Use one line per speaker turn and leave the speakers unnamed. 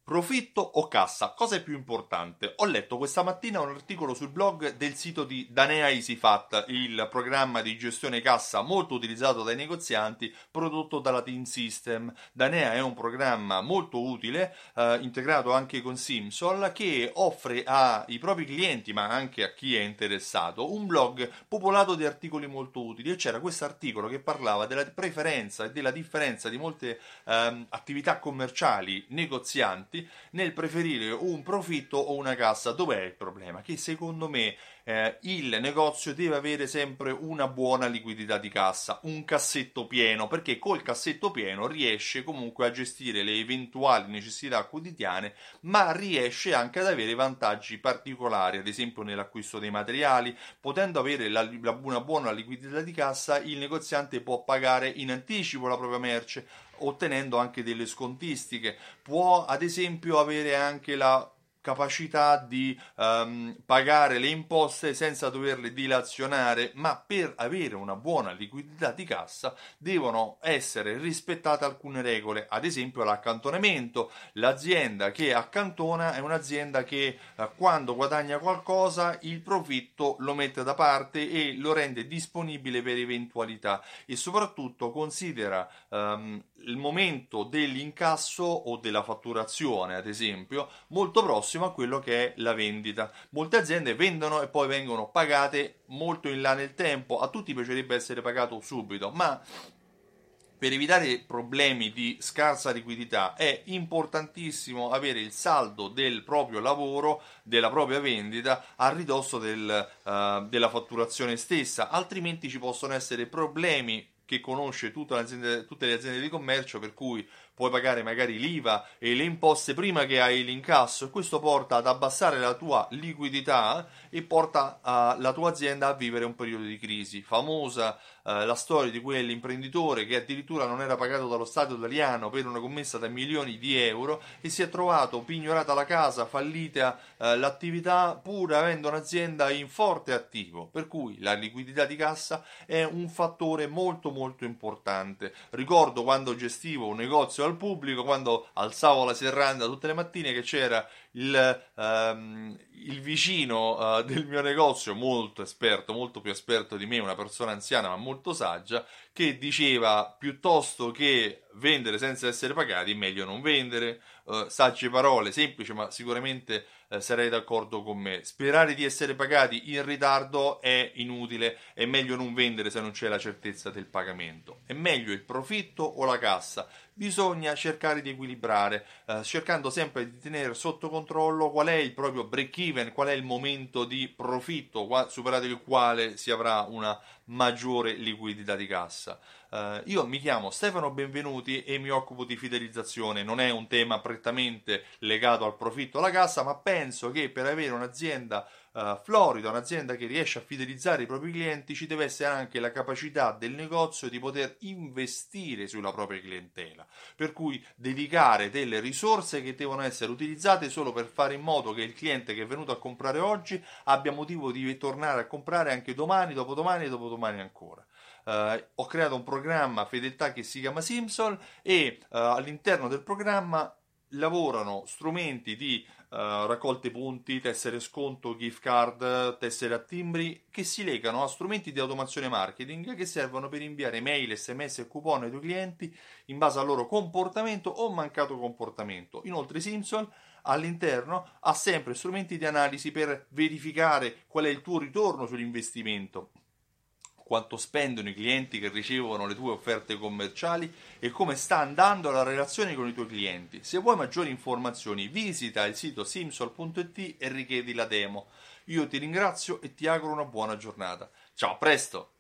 Profitto o cassa? Cosa è più importante? Ho letto questa mattina un articolo sul blog del sito di Danea EasyFat, il programma di gestione cassa molto utilizzato dai negozianti, prodotto dalla Team System. Danea è un programma molto utile, integrato anche con Simsol, che offre ai propri clienti, ma anche a chi è interessato, un blog popolato di articoli molto utili. E c'era questo articolo che parlava della preferenza e della differenza di molte attività commerciali negozianti nel preferire un profitto o una cassa. Dov'è il problema? Che secondo me il negozio deve avere sempre una buona liquidità di cassa, un cassetto pieno, perché col cassetto pieno riesce comunque a gestire le eventuali necessità quotidiane, ma riesce anche ad avere vantaggi particolari, ad esempio nell'acquisto dei materiali. Potendo avere una buona liquidità di cassa, il negoziante può pagare in anticipo la propria merce, ottenendo anche delle scontistiche. Può ad esempio avere anche la capacità di pagare le imposte senza doverle dilazionare, ma per avere una buona liquidità di cassa devono essere rispettate alcune regole, ad esempio l'accantonamento. L'azienda che accantona è un'azienda che quando guadagna qualcosa il profitto lo mette da parte e lo rende disponibile per eventualità, e soprattutto considera il momento dell'incasso o della fatturazione, ad esempio, molto prossimo a quello che è la vendita. Molte aziende vendono e poi vengono pagate molto in là nel tempo. A tutti piacerebbe essere pagato subito, ma per evitare problemi di scarsa liquidità è importantissimo avere il saldo del proprio lavoro, della propria vendita, a ridosso della fatturazione stessa, altrimenti ci possono essere problemi che conosce tutte le aziende di commercio, per cui puoi pagare magari l'IVA e le imposte prima che hai l'incasso, e questo porta ad abbassare la tua liquidità e porta la tua azienda a vivere un periodo di crisi. Famosa la storia di quell'imprenditore che addirittura non era pagato dallo Stato italiano per una commessa da milioni di euro e si è trovato pignorata la casa, fallita l'attività, pur avendo un'azienda in forte attivo. Per cui la liquidità di cassa è un fattore molto molto importante. Ricordo quando gestivo un negozio al pubblico, quando alzavo la serranda tutte le mattine, che c'era il vicino del mio negozio, molto esperto, molto più esperto di me, una persona anziana ma molto saggia, che diceva: piuttosto che vendere senza essere pagati, meglio non vendere. Sagge parole, semplici, ma sicuramente sarei d'accordo con me. Sperare di essere pagati in ritardo è inutile, è meglio non vendere se non c'è la certezza del pagamento. È meglio il profitto o la cassa? Bisogna cercare di equilibrare, cercando sempre di tenere sotto controllo qual è il proprio break even, qual è il momento di profitto superato il quale si avrà una maggiore liquidità di cassa. Io mi chiamo Stefano Benvenuti e mi occupo di fidelizzazione. Non è un tema prettamente legato al profitto o alla cassa, ma penso che per avere un'azienda florida, un'azienda che riesce a fidelizzare i propri clienti, ci deve essere anche la capacità del negozio di poter investire sulla propria clientela, per cui dedicare delle risorse che devono essere utilizzate solo per fare in modo che il cliente che è venuto a comprare oggi abbia motivo di tornare a comprare anche domani, dopodomani e dopodomani ancora. Ho creato un programma fedeltà che si chiama Simsol e all'interno del programma lavorano strumenti di raccolte punti, tessere sconto, gift card, tessere a timbri, che si legano a strumenti di automazione marketing che servono per inviare mail, sms e coupon ai tuoi clienti in base al loro comportamento o mancato comportamento. Inoltre Simsol all'interno ha sempre strumenti di analisi per verificare qual è il tuo ritorno sull'investimento, quanto spendono i clienti che ricevono le tue offerte commerciali e come sta andando la relazione con i tuoi clienti. Se vuoi maggiori informazioni, visita il sito simsol.it e richiedi la demo. Io ti ringrazio e ti auguro una buona giornata. Ciao, a presto!